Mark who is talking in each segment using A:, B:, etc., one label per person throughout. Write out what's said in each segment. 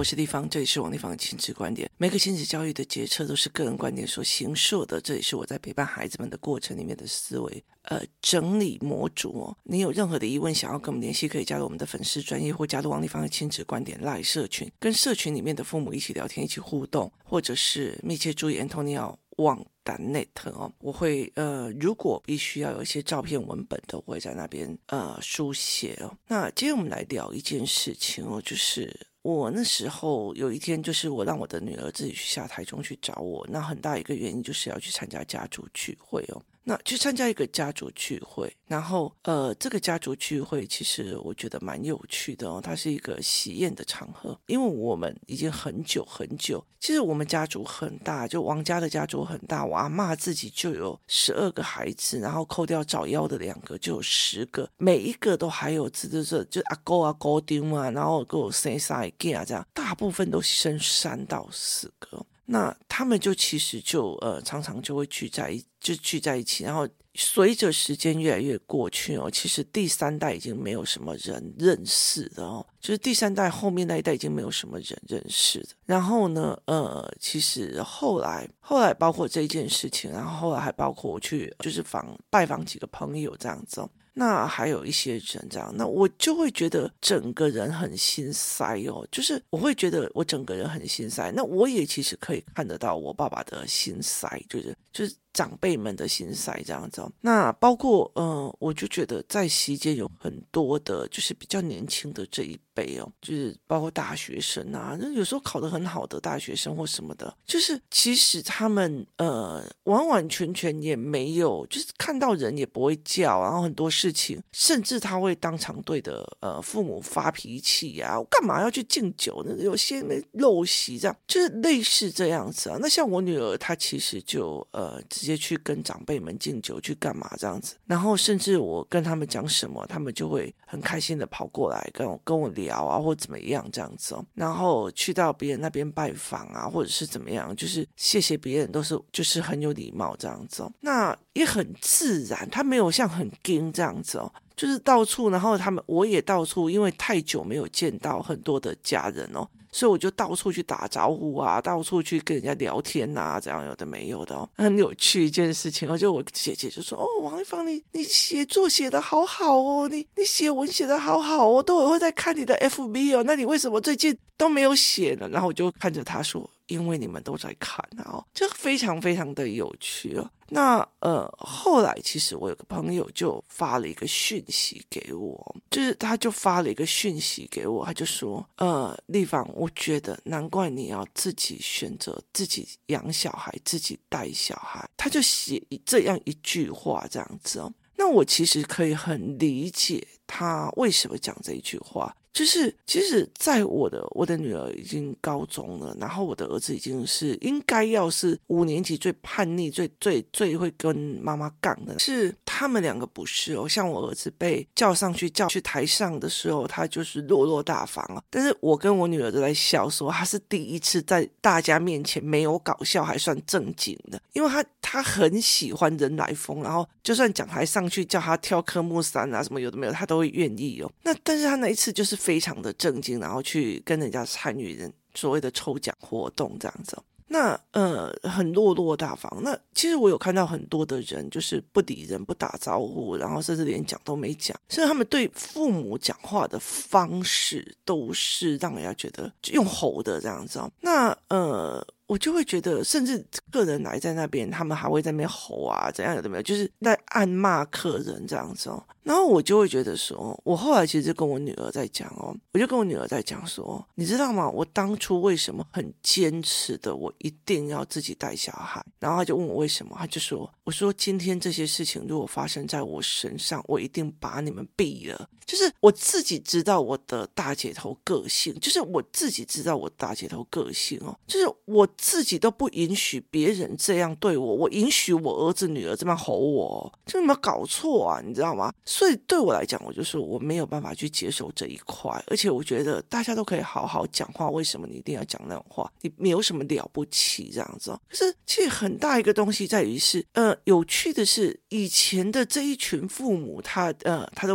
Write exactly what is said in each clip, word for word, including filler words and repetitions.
A: 我是立方，这里是王立方的亲子观点。每个亲子教育的决策都是个人观点所形塑的，这也是我在陪伴孩子们的过程里面的思维呃整理模组哦。你有任何的疑问想要跟我们联系，可以加入我们的粉丝专页或加入王立方的亲子观点 LINE 社群，跟社群里面的父母一起聊天，一起互动，或者是密切注意 Antonio 网单 net 哦，我会呃，如果必须要有一些照片文本的，我会在那边呃书写哦。那今天我们来聊一件事情哦，就是我那时候有一天，就是我让我的女儿自己去下台中去找我，那很大一个原因就是要去参加家族聚会哦。那去参加一个家族聚会，然后呃，这个家族聚会其实我觉得蛮有趣的哦，它是一个喜宴的场合，因为我们已经很久很久，其实我们家族很大，就王家的家族很大，我阿嬷自己就有十二个孩子，然后扣掉早夭的两个就有十个，每一个都还有子子孙，就阿公阿姑丁嘛，然后给我生三个囝这样，大部分都生三到四个。那他们就其实就呃常常就会聚在一就聚在一起，然后随着时间越来越过去哦，其实第三代已经没有什么人认识了哦，就是第三代后面那一代已经没有什么人认识的。然后呢，呃，其实后来后来包括这一件事情，然后后来还包括我去就是访拜访几个朋友这样子哦。那还有一些人这样，那我就会觉得整个人很心塞哦，就是我会觉得我整个人很心塞。那我也其实可以看得到我爸爸的心塞，就是就是长辈们的心塞这样子哦。那包括呃，我就觉得在席间有很多的，就是比较年轻的这一辈哦，就是包括大学生啊，有时候考得很好的大学生或什么的，就是其实他们呃完完全全也没有，就是看到人也不会叫，然后很多事情，甚至他会当场对的呃父母发脾气啊，我干嘛要去敬酒呢？有些陋习这样，就是类似这样子啊。那像我女儿，她其实就呃直接去跟长辈们敬酒，去干嘛这样子，然后甚至我跟他们讲什么，他们就会很开心的跑过来跟我跟我聊啊，或怎么样这样子哦。然后去到别人那边拜访啊，或者是怎么样，就是谢谢别人都是就是很有礼貌这样子哦。那也很自然，他没有像很硬这样子哦，就是到处，然后他们我也到处，因为太久没有见到很多的家人哦，所以我就到处去打招呼啊，到处去跟人家聊天啊，这样有的没有的哦，很有趣一件事情哦。就我姐姐就说：“哦，王一芳，你你写作写得好好哦，你你写文写得好好哦，都会在看你的 F B 哦，那你为什么最近都没有写呢？”然后我就看着她说：“因为你们都在看啊哦，这非常非常的有趣哦。”那呃，后来其实我有个朋友就发了一个讯息给我，就是他就发了一个讯息给我，他就说：“呃，立方，我觉得难怪你要自己选择自己养小孩，自己带小孩。”他就写这样一句话，这样子哦。那我其实可以很理解他为什么讲这一句话。就是其实在我的我的女儿已经高中了，然后我的儿子已经是应该要是五年级最叛逆最最最会跟妈妈杠的，是他们两个不是哦。像我儿子被叫上去叫去台上的时候，他就是落落大方啊，但是我跟我女儿都在笑说他是第一次在大家面前没有搞笑还算正经的，因为他他很喜欢人来疯，然后就算讲台上去叫他跳科目三啊什么有的没有他都会愿意哦。那但是他那一次就是非常的正经，然后去跟人家参与人所谓的抽奖活动这样子。那呃很落落大方。那其实我有看到很多的人就是不理人不打招呼，然后甚至连讲都没讲，甚至他们对父母讲话的方式都是让人家觉得用吼的这样子。那呃我就会觉得，甚至客人来在那边，他们还会在那边吼啊，怎样有的没有，就是在暗骂客人这样子哦。然后我就会觉得说，我后来其实跟我女儿在讲哦，我就跟我女儿在讲说，你知道吗？我当初为什么很坚持的，我一定要自己带小孩？然后他就问我为什么，他就说，我说今天这些事情如果发生在我身上，我一定把你们毙了。就是我自己知道我的大姐头个性，就是我自己知道我大姐头个性哦，就是我自己都不允许别人这样对我，我允许我儿子女儿这么吼我，就有没有搞错啊？你知道吗？所以对我来讲，我就说我没有办法去接受这一块，而且我觉得大家都可以好好讲话，为什么你一定要讲那种话？你没有什么了不起这样子哦。可是其实很大一个东西在于是，呃，有趣的是以前的这一群父母他，呃，他都会讲。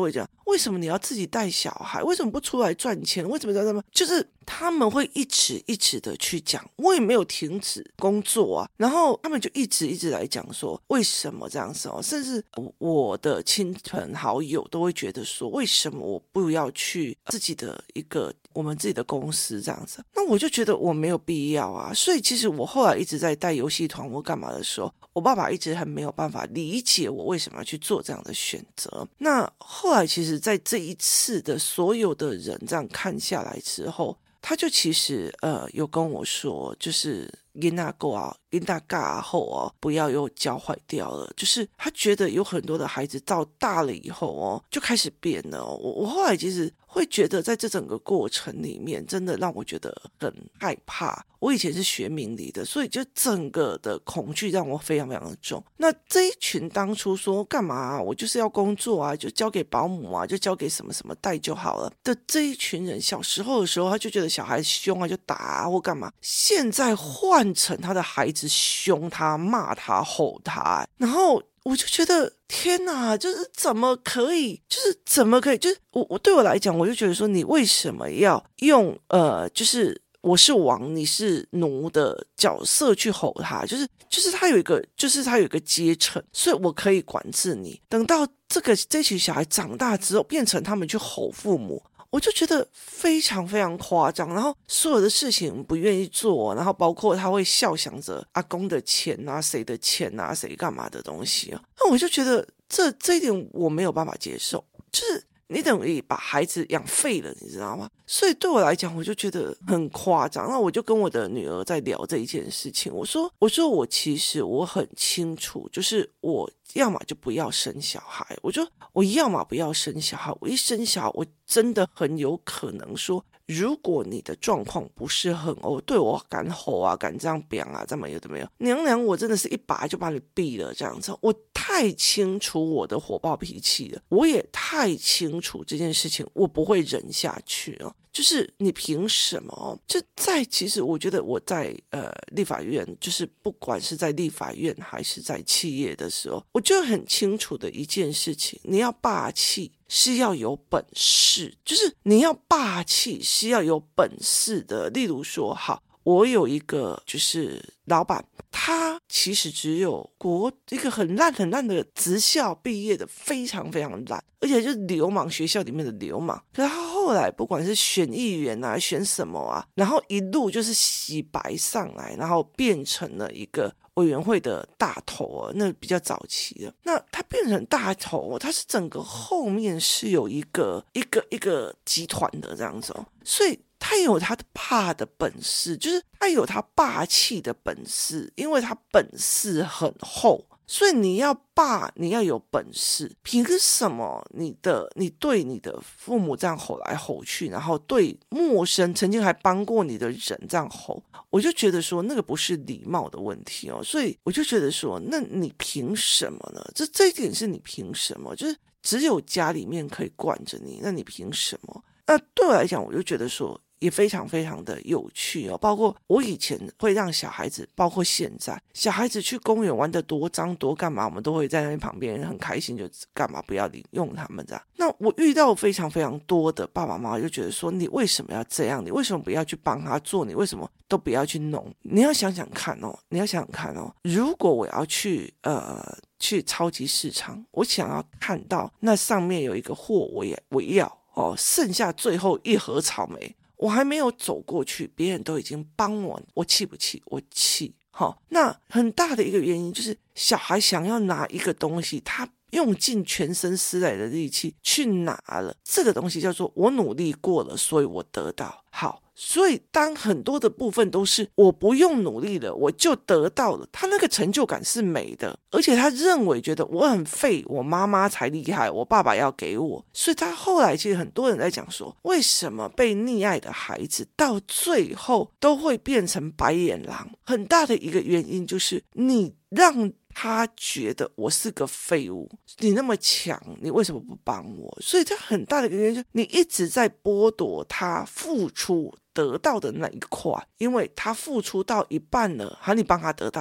A: 为什么你要自己带小孩？为什么不出来赚钱？为什么这么？就是他们会一直一直的去讲，我也没有停止工作啊，然后他们就一直一直来讲说为什么这样子哦，甚至我的亲朋好友都会觉得说，为什么我不要去自己的一个我们自己的公司这样子？那我就觉得我没有必要啊，所以其实我后来一直在带游戏团或干嘛的时候，我爸爸一直很没有办法理解我为什么要去做这样的选择。那后来其实在这一次的所有的人这样看下来之后，他就其实呃有跟我说，就是囡仔狗啊，囡仔嘎后哦，不要又教坏掉了。就是他觉得有很多的孩子到大了以后哦，就开始变了哦。我我后来其实会觉得，在这整个过程里面，真的让我觉得很害怕。我以前是学命理的，所以就整个的恐惧让我非常非常的重。那这一群当初说干嘛啊，我就是要工作啊，就交给保姆啊，就交给什么什么带就好了的这一群人，小时候的时候他就觉得小孩凶啊就打啊或干嘛，现在换成他的孩子凶他骂他吼他，然后我就觉得天哪，就是怎么可以，就是怎么可以，就是我我对我来讲，我就觉得说，你为什么要用呃，就是我是王，你是奴的角色去吼他？就是就是他有一个，就是他有一个阶层，所以我可以管制你。等到这个这群小孩长大之后，变成他们去吼父母。我就觉得非常非常夸张，然后所有的事情不愿意做，然后包括他会笑想着阿公的钱啊，谁的钱啊，谁干嘛的东西啊，那我就觉得这这一点我没有办法接受，就是你等于把孩子养废了，你知道吗？所以对我来讲，我就觉得很夸张。那我就跟我的女儿在聊这一件事情，我说，我说我其实我很清楚，就是我要么就不要生小孩，我就我要么不要生小孩，我一生小孩，我真的很有可能说，如果你的状况不是很哦，对我敢吼啊，敢这样表啊，这么有的没有，娘娘我真的是一把就把你毙了这样子。我太清楚我的火爆脾气了，我也太清楚这件事情我不会忍下去哦。就是你凭什么哦？就在其实我觉得我在呃立法院，就是不管是在立法院还是在企业的时候，我就很清楚的一件事情，你要霸气是要有本事，就是你要霸气是要有本事的。例如说，好，我有一个就是老板，他其实只有国一个很烂很烂的职校毕业的，非常非常烂，而且就是流氓，学校里面的流氓。可是他后来不管是选议员啊，选什么啊，然后一路就是洗白上来，然后变成了一个委员会的大头啊，那比较早期的。那他变成大头，他是整个后面是有一个一个一个集团的这样子哦，所以他有他的霸的本事，就是他有他霸气的本事，因为他本事很厚，所以你要霸，你要有本事。凭什么你的你对你的父母这样吼来吼去，然后对陌生曾经还帮过你的人这样吼？我就觉得说那个不是礼貌的问题哦，所以我就觉得说，那你凭什么呢？这这一点是你凭什么？就是只有家里面可以惯着你，那你凭什么？那对我来讲，我就觉得说也非常非常的有趣哦。包括我以前会让小孩子，包括现在小孩子去公园玩得多脏多干嘛，我们都会在那边旁边很开心，就干嘛不要领用他们这样。那我遇到非常非常多的爸爸妈妈就觉得说，你为什么要这样？你为什么不要去帮他做？你为什么都不要去弄？你要想想看哦，你要想想看哦，如果我要去呃去超级市场，我想要看到那上面有一个货，我也我要哦，剩下最后一盒草莓，我还没有走过去，别人都已经帮我，我气不气？我气。好，那很大的一个原因就是小孩想要拿一个东西，他用尽全身施来的力气去拿了这个东西，叫做我努力过了，所以我得到。好，所以当很多的部分都是我不用努力了，我就得到了，他那个成就感是美的，而且他认为觉得我很废，我妈妈才厉害，我爸爸要给我。所以他后来其实很多人在讲说，为什么被溺爱的孩子到最后都会变成白眼狼？很大的一个原因就是你让他觉得我是个废物，你那么强，你为什么不帮我？所以他很大的一个原因就是你一直在剥夺他付出得到的那一块，因为他付出到一半了，好，你帮他得到了，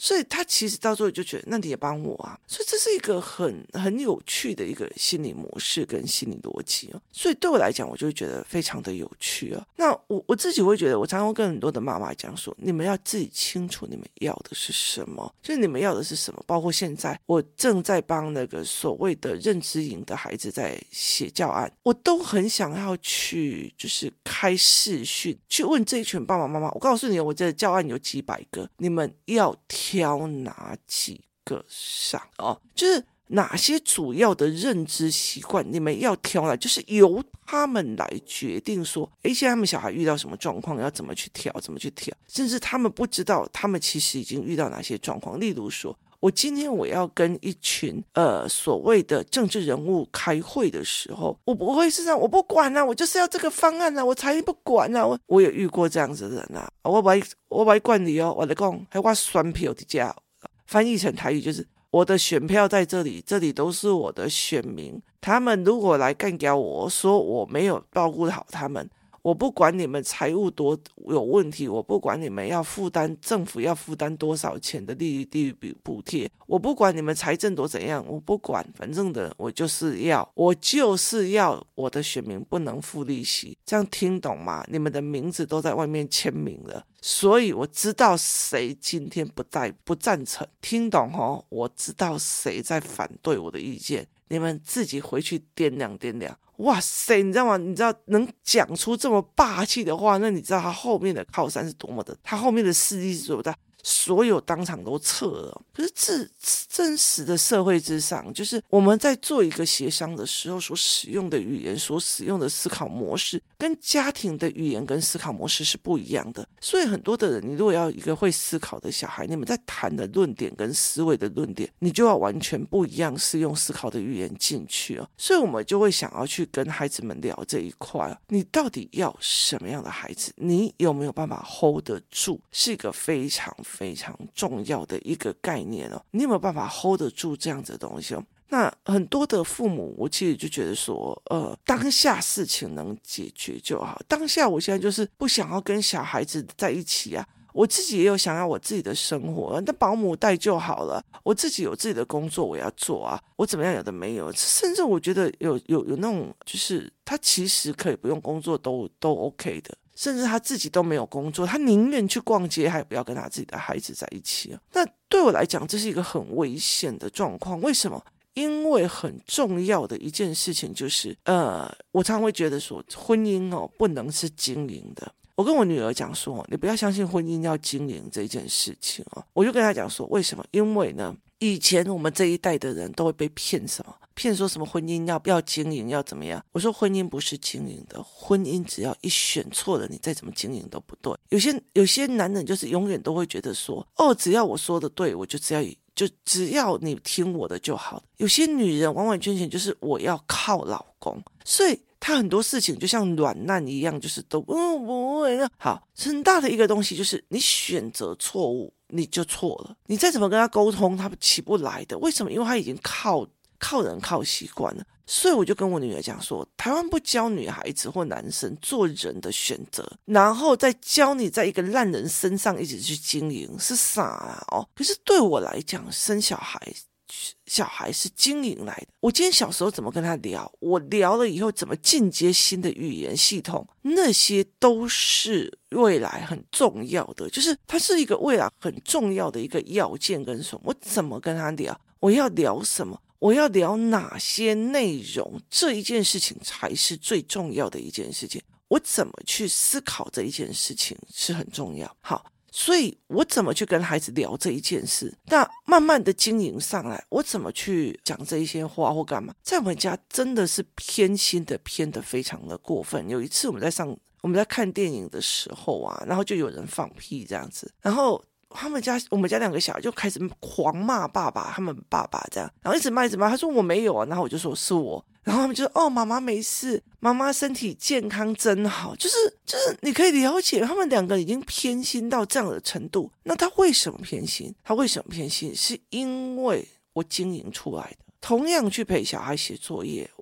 A: 所以他其实到最后就觉得那你也帮我啊，所以这是一个很很有趣的一个心理模式跟心理逻辑哦。所以对我来讲，我就会觉得非常的有趣哦。那我我自己会觉得，我常常跟很多的妈妈讲说，你们要自己清楚你们要的是什么，就是你们要的是什么。包括现在我正在帮那个所谓的认知营的孩子在写教案，我都很想要去就是开视讯去问这一群爸爸妈妈，我告诉你，我这教案有几百个，你们要挑哪几个上哦？就是哪些主要的认知习惯你们要挑来，就是由他们来决定说，诶，现在他们小孩遇到什么状况，要怎么去调，怎么去调，甚至他们不知道他们其实已经遇到哪些状况。例如说，我今天我要跟一群呃所谓的政治人物开会的时候，我不会是这样，我不管啊，我就是要这个方案啊，我才不管啊。我我也遇过这样子的人啊，我不我不管你哦，我来讲，还我选票的家，翻译成台语就是我的选票在这里，这里都是我的选民，他们如果来干掉我，说我没有照顾好他们。我不管你们财务多有问题，我不管你们要负担政府要负担多少钱的利率补贴，我不管你们财政多怎样，我不管，反正的我就是要，我就是要我的选民不能付利息，这样听懂吗？你们的名字都在外面签名了，所以我知道谁今天不在不赞成，听懂哦？我知道谁在反对我的意见，你们自己回去掂量掂量。哇塞，你知道吗？你知道能讲出这么霸气的话，那你知道他后面的靠山是多么的，他后面的势力是多么大，所有当场都撤了。可是这真实的社会之上，就是我们在做一个协商的时候所使用的语言，所使用的思考模式，跟家庭的语言跟思考模式是不一样的。所以很多的人，你如果要一个会思考的小孩，你们在谈的论点跟思维的论点，你就要完全不一样，是用思考的语言进去哦。所以我们就会想要去跟孩子们聊这一块哦，你到底要什么样的孩子？你有没有办法 hold 得住？是一个非常非常重要的一个概念哦。你有没有办法 hold 得住这样子的东西哦？那很多的父母，我其实就觉得说，呃，当下事情能解决就好。当下我现在就是不想要跟小孩子在一起啊，我自己也有想要我自己的生活，那保姆带就好了。我自己有自己的工作我要做啊，我怎么样有的没有，甚至我觉得有有有那种就是他其实可以不用工作都都 OK 的。甚至他自己都没有工作，他宁愿去逛街，还不要跟他自己的孩子在一起。那对我来讲，这是一个很危险的状况。为什么？因为很重要的一件事情就是，呃，我常常会觉得说，婚姻哦不能是经营的。我跟我女儿讲说，你不要相信婚姻要经营这件事情哦。我就跟她讲说，为什么？因为呢，以前我们这一代的人都会被骗什么？骗说什么婚姻要要经营要怎么样？我说婚姻不是经营的，婚姻只要一选错了，你再怎么经营都不对。有些有些男人就是永远都会觉得说，哦，只要我说的对，我就只要就只要你听我的就好。有些女人完完全全就是我要靠老公，所以她很多事情就像软烂一样，就是都嗯不会。好，很大的一个东西就是你选择错误，你就错了。你再怎么跟他沟通，他起不来的。为什么？因为他已经靠靠人靠习惯了。所以我就跟我女儿讲说，台湾不教女孩子或男生做人的选择，然后再教你在一个烂人身上一直去经营，是傻啊哦。可是对我来讲，生小孩小孩是经营来的。我今天小时候怎么跟他聊，我聊了以后怎么进阶新的语言系统，那些都是未来很重要的，就是它是一个未来很重要的一个要件跟什么。我怎么跟他聊，我要聊什么，我要聊哪些内容，这一件事情才是最重要的一件事情。我怎么去思考这一件事情是很重要。好，所以我怎么去跟孩子聊这一件事，那慢慢的经营上来，我怎么去讲这一些话或干嘛，在我们家真的是偏心的偏的非常的过分。有一次我们在上我们在看电影的时候啊，然后就有人放屁这样子，然后他们家我们家两个小孩就开始狂骂爸爸，他们爸爸这样，然后一直骂一直骂，他说我没有啊，然后我就说是我，然后他们就说哦妈妈没事，妈妈身体健康真好，就是就是你可以了解他们两个已经偏心到这样的程度。那他为什么偏心？他为什么偏心？是因为我经营出来的。同样去陪小孩写作业，我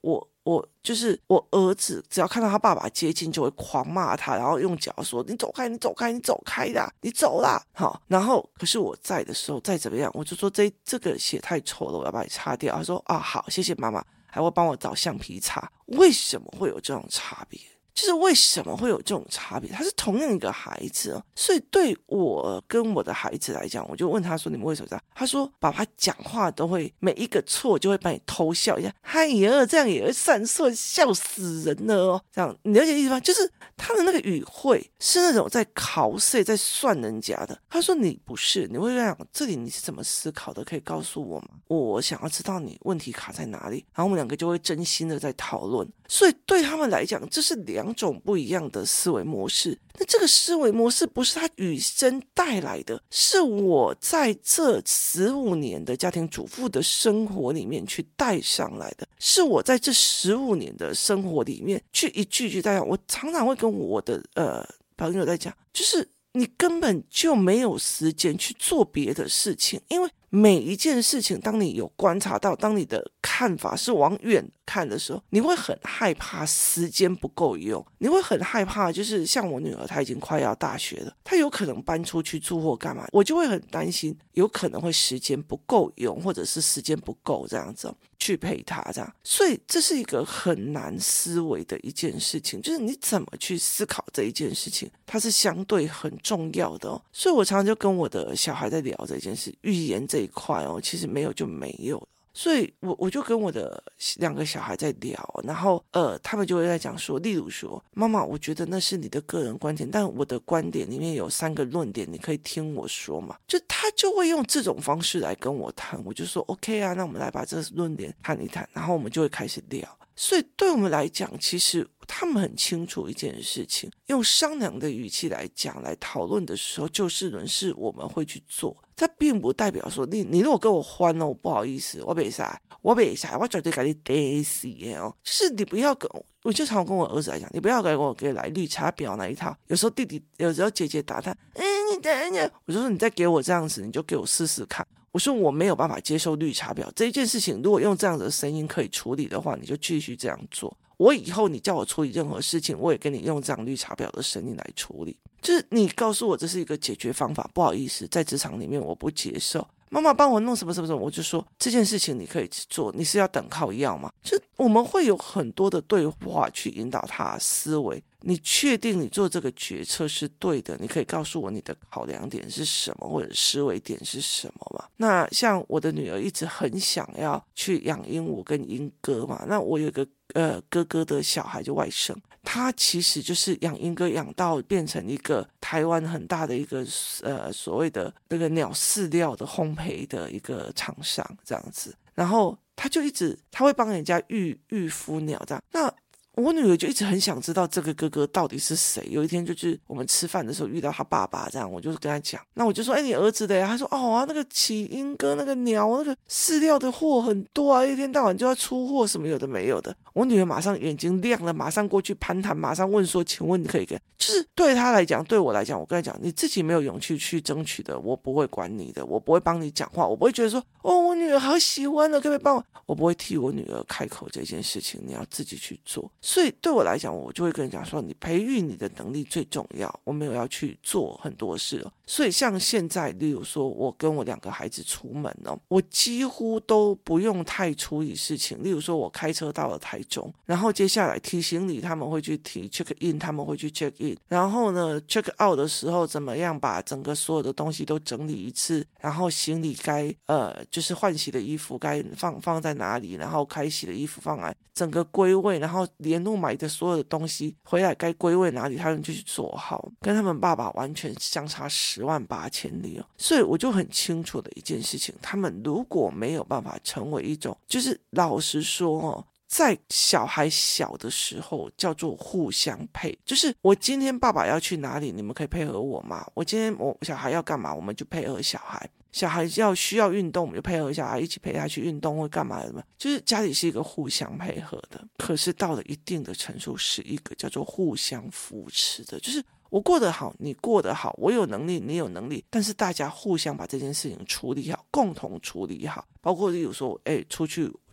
A: 我就是我儿子只要看到他爸爸接近就会狂骂他，然后用脚说你走开你走开你走开啦你走啦，好，然后可是我在的时候再怎么样我就说这这个血太丑了，我要把你擦掉。他说啊好谢谢妈妈，还会帮我找橡皮擦。为什么会有这种差别？就是为什么会有这种差别？他是同样一个孩子哦，所以对我跟我的孩子来讲，我就问他说：“你们为什么这样？”他说：“爸爸讲话都会每一个错就会把你偷笑一下，嗨呀，这样也会散错，笑死人了哦。”这样你了解意思吗？就是他的那个语汇是那种在考试在算人家的。他说：“你不是，你会这样，这里你是怎么思考的？可以告诉我吗？我想要知道你问题卡在哪里。”然后我们两个就会真心的在讨论。所以对他们来讲，这是两种不一样的思维模式。那这个思维模式不是他与生带来的，是我在这十五年的家庭主妇的生活里面去带上来的，是我在这十五年的生活里面去一句句带上。我常常会跟我的呃朋友在讲，就是你根本就没有时间去做别的事情，因为每一件事情当你有观察到，当你的看法是往远看的时候，你会很害怕时间不够用，你会很害怕，就是像我女儿她已经快要大学了，她有可能搬出去住或干嘛，我就会很担心有可能会时间不够用，或者是时间不够这样子去陪她这样。所以这是一个很难思维的一件事情，就是你怎么去思考这一件事情，它是相对很重要的哦。所以我常常就跟我的小孩在聊这件事，预言这一块哦，其实没有就没有了。所以我我就跟我的两个小孩在聊，然后呃，他们就会在讲说，例如说，妈妈，我觉得那是你的个人观点，但我的观点里面有三个论点，你可以听我说嘛。就他就会用这种方式来跟我谈，我就说 OK 啊，那我们来把这个论点谈一谈，然后我们就会开始聊。所以对我们来讲，其实他们很清楚一件事情，用商量的语气来讲来讨论的时候，就事论事我们会去做。它并不代表说你你如果跟我欢了，我不好意思，我没啥，我没啥，我绝对给你得死哦。就是你不要跟我，我就常跟我儿子来讲，你不要给我给来绿茶婊那一套。有时候弟弟，有时候姐姐打他，嗯，你等等，我就说你再给我这样子，你就给我试试看。我说我没有办法接受绿茶婊这一件事情，如果用这样的声音可以处理的话，你就继续这样做。我以后你叫我处理任何事情，我也跟你用这样绿茶婊的声音来处理。就是你告诉我这是一个解决方法，不好意思，在职场里面我不接受。妈妈帮我弄什么什么什么，我就说这件事情你可以做，你是要等靠药吗？就我们会有很多的对话去引导他思维。你确定你做这个决策是对的？你可以告诉我你的考量点是什么，或者思维点是什么吗？那像我的女儿一直很想要去养鹦鹉跟鹦哥嘛，那我有一个呃哥哥的小孩就外甥，他其实就是养鹦哥养到变成一个台湾很大的一个呃所谓的那个鸟饲料的烘焙的一个厂商这样子，然后他就一直他会帮人家育育孵鸟这样。那我女儿就一直很想知道这个哥哥到底是谁。有一天就是我们吃饭的时候遇到他爸爸这样，我就跟他讲，那我就说哎，你儿子的呀？他说哦啊，那个起鹰哥那个鸟那个饲料的货很多啊，一天到晚就要出货什么有的没有的。我女儿马上眼睛亮了，马上过去攀谈，马上问说请问你可以给，就是对他来讲，对我来讲，我跟他讲你自己没有勇气去争取的，我不会管你的，我不会帮你讲话，我不会觉得说哦我女儿好喜欢的，可不可以帮我，我不会替我女儿开口这件事情，你要自己去做。所以对我来讲，我就会跟你讲说，你培育你的能力最重要，我没有要去做很多事了。所以像现在例如说我跟我两个孩子出门哦，我几乎都不用太处理事情。例如说我开车到了台中，然后接下来提行李他们会去提 check in， 他们会去 check in， 然后呢 check out 的时候怎么样把整个所有的东西都整理一次，然后行李该呃就是换洗的衣服该放放在哪里，然后开洗的衣服放来整个归位，然后沿路买的所有的东西回来该归位哪里他们就去做好，跟他们爸爸完全相差十万八千里哦。所以我就很清楚的一件事情，他们如果没有办法成为一种，就是老实说哦，在小孩小的时候叫做互相配，就是我今天爸爸要去哪里，你们可以配合我吗？我今天我小孩要干嘛，我们就配合小孩。小孩要需要运动，我们就配合小孩一起陪他去运动或干嘛的嘛，就是家里是一个互相配合的。可是到了一定的程度，是一个叫做互相扶持的，就是我过得好，你过得好，我有能力，你有能力，但是大家互相把这件事情处理好，共同处理好。包括例如说，哎，出去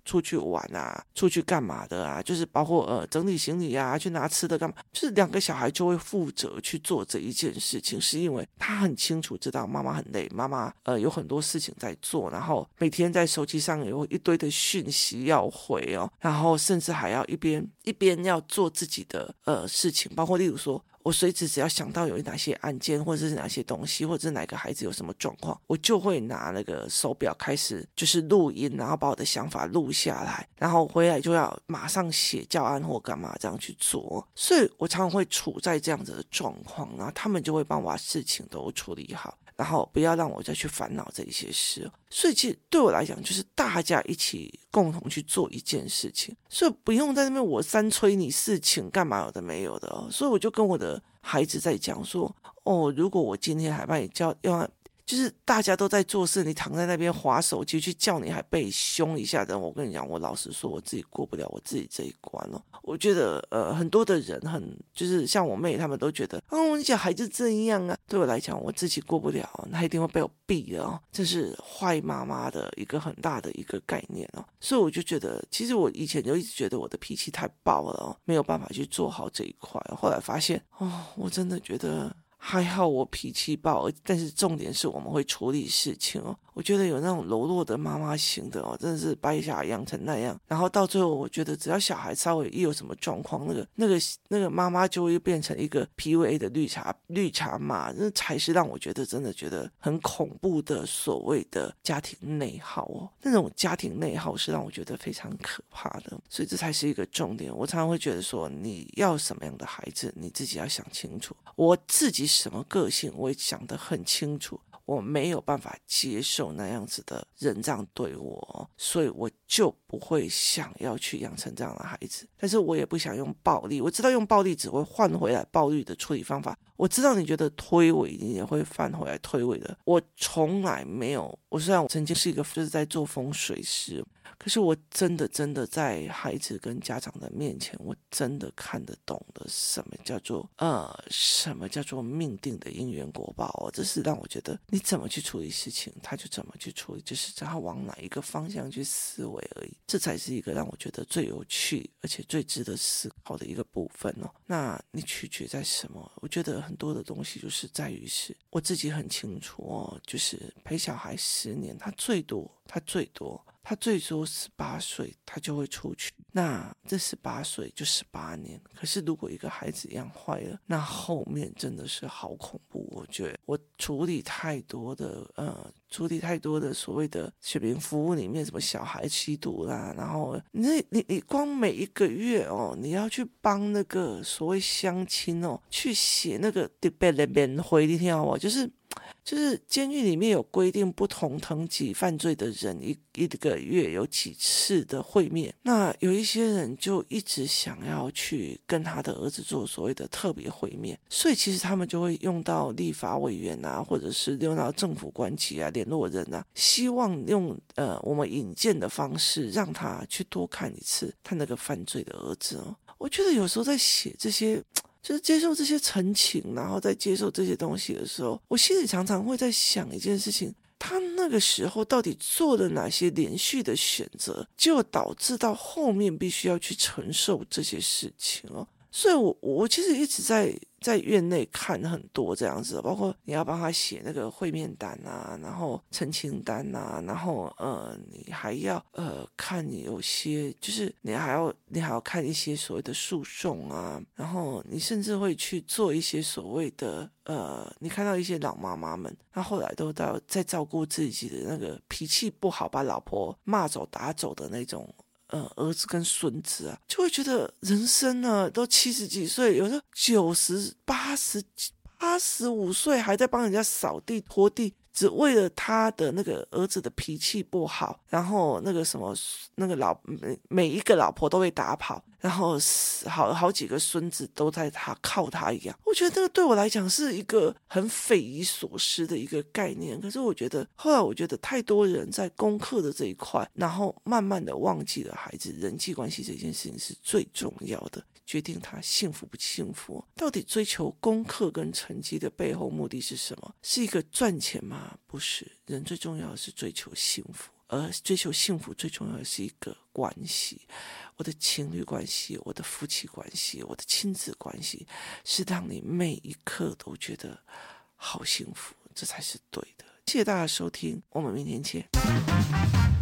A: 出去玩啊，出去干嘛的啊，就是包括呃整理行李啊，去拿吃的干嘛，就是两个小孩就会负责去做这一件事情，是因为他很清楚知道妈妈很累，妈妈呃有很多事情在做，然后每天在手机上有一堆的讯息要回哦，然后甚至还要一边一边要做自己的呃事情，包括例如说我随时只要想到有哪些案件或者是哪些东西，或者是哪个孩子有什么状况，我就会拿那个手表开始就是录音，然后把我的想法录下来，然后回来就要马上写教案或干嘛这样去做。所以我常常会处在这样子的状况，然后他们就会帮我把事情都处理好，然后不要让我再去烦恼这一些事。所以其实对我来讲，就是大家一起共同去做一件事情，所以不用在那边我三催你事情干嘛有的没有的哦。所以我就跟我的孩子在讲说，哦，如果我今天还把你叫要。就是大家都在做事，你躺在那边滑手机去叫你还被凶一下的，我跟你讲，我老实说，我自己过不了我自己这一关哦。我觉得呃，很多的人很就是像我妹他们都觉得，哦，你小孩子这样啊，对我来讲，我自己过不了，他一定会被我毙的哦。这是坏妈妈的一个很大的一个概念哦。所以我就觉得，其实我以前就一直觉得我的脾气太爆了哦，没有办法去做好这一块。后来发现，哦，我真的觉得。还好我脾气暴，但是重点是我们会处理事情哦。我觉得有那种柔弱的妈妈型的哦，真的是把小孩养成那样，然后到最后，我觉得只要小孩稍微一有什么状况，那个那个那个妈妈就会变成一个 P U A 的绿茶绿茶妈，那才是让我觉得真的觉得很恐怖的所谓的家庭内耗哦。那种家庭内耗是让我觉得非常可怕的，所以这才是一个重点。我常常会觉得说，你要什么样的孩子，你自己要想清楚。我自己什么个性，我也想得很清楚。我没有办法接受那样子的人这样对我，所以我就不会想要去养成这样的孩子。但是我也不想用暴力，我知道用暴力只会换回来暴力的处理方法。我知道你觉得推诿，你也会翻回来推诿的。我从来没有，我虽然我曾经是一个就是在做风水师，可是我真的真的在孩子跟家长的面前，我真的看得懂的什么叫做呃什么叫做命定的因缘果报哦。这是让我觉得你怎么去处理事情，他就怎么去处理，就是只要往哪一个方向去思维而已。这才是一个让我觉得最有趣而且最值得思考的一个部分哦。那你取决在什么？我觉得很多的东西就是在于是我自己很清楚哦，就是陪小孩十年，他最多他最多。他最多十八岁，他就会出去。那这十八岁就十八年。可是如果一个孩子养坏了，那后面真的是好恐怖。我觉得我处理太多的呃，处理太多的所谓的学龄服务里面，什么小孩吸毒啦，然后你你你光每一个月哦，你要去帮那个所谓乡亲哦，去写那个 development 回，你听好不？就是。就是监狱里面有规定，不同层级犯罪的人一一个月有几次的会面。那有一些人就一直想要去跟他的儿子做所谓的特别会面，所以其实他们就会用到立法委员啊，或者是用到政府官级啊、联络人啊，希望用呃我们引荐的方式让他去多看一次他那个犯罪的儿子哦。我觉得有时候在写这些。就是接受这些陈情，然后再接受这些东西的时候，我心里常常会在想一件事情：他那个时候到底做了哪些连续的选择，就导致到后面必须要去承受这些事情哦。所以我我其实一直在在院内看很多这样子，包括你要帮他写那个会面单啊，然后陈情单啊，然后呃你还要呃看你有些就是你还要你还要看一些所谓的诉讼啊，然后你甚至会去做一些所谓的呃你看到一些老妈妈们，她后来都到在照顾自己的那个脾气不好，把老婆骂走打走的那种。呃，儿子跟孙子啊，就会觉得人生呢都七十几岁，有时候九十八十八十五岁还在帮人家扫地拖地，只为了他的那个儿子的脾气不好，然后那个什么那个老每每一个老婆都被打跑，然后好好几个孙子都在他靠他一样。我觉得那个对我来讲是一个很匪夷所思的一个概念。可是我觉得后来我觉得太多人在功课的这一块，然后慢慢的忘记了孩子人际关系这件事情是最重要的，决定他幸福不幸福。到底追求功课跟成绩的背后目的是什么？是一个赚钱吗？不是，人最重要的是追求幸福。 而追求幸福最重要的是一个关系，我的情侣关系，我的夫妻关系，我的亲子关系，是让你每一刻都觉得好幸福，这才是对的。谢谢大家收听，我们明天见。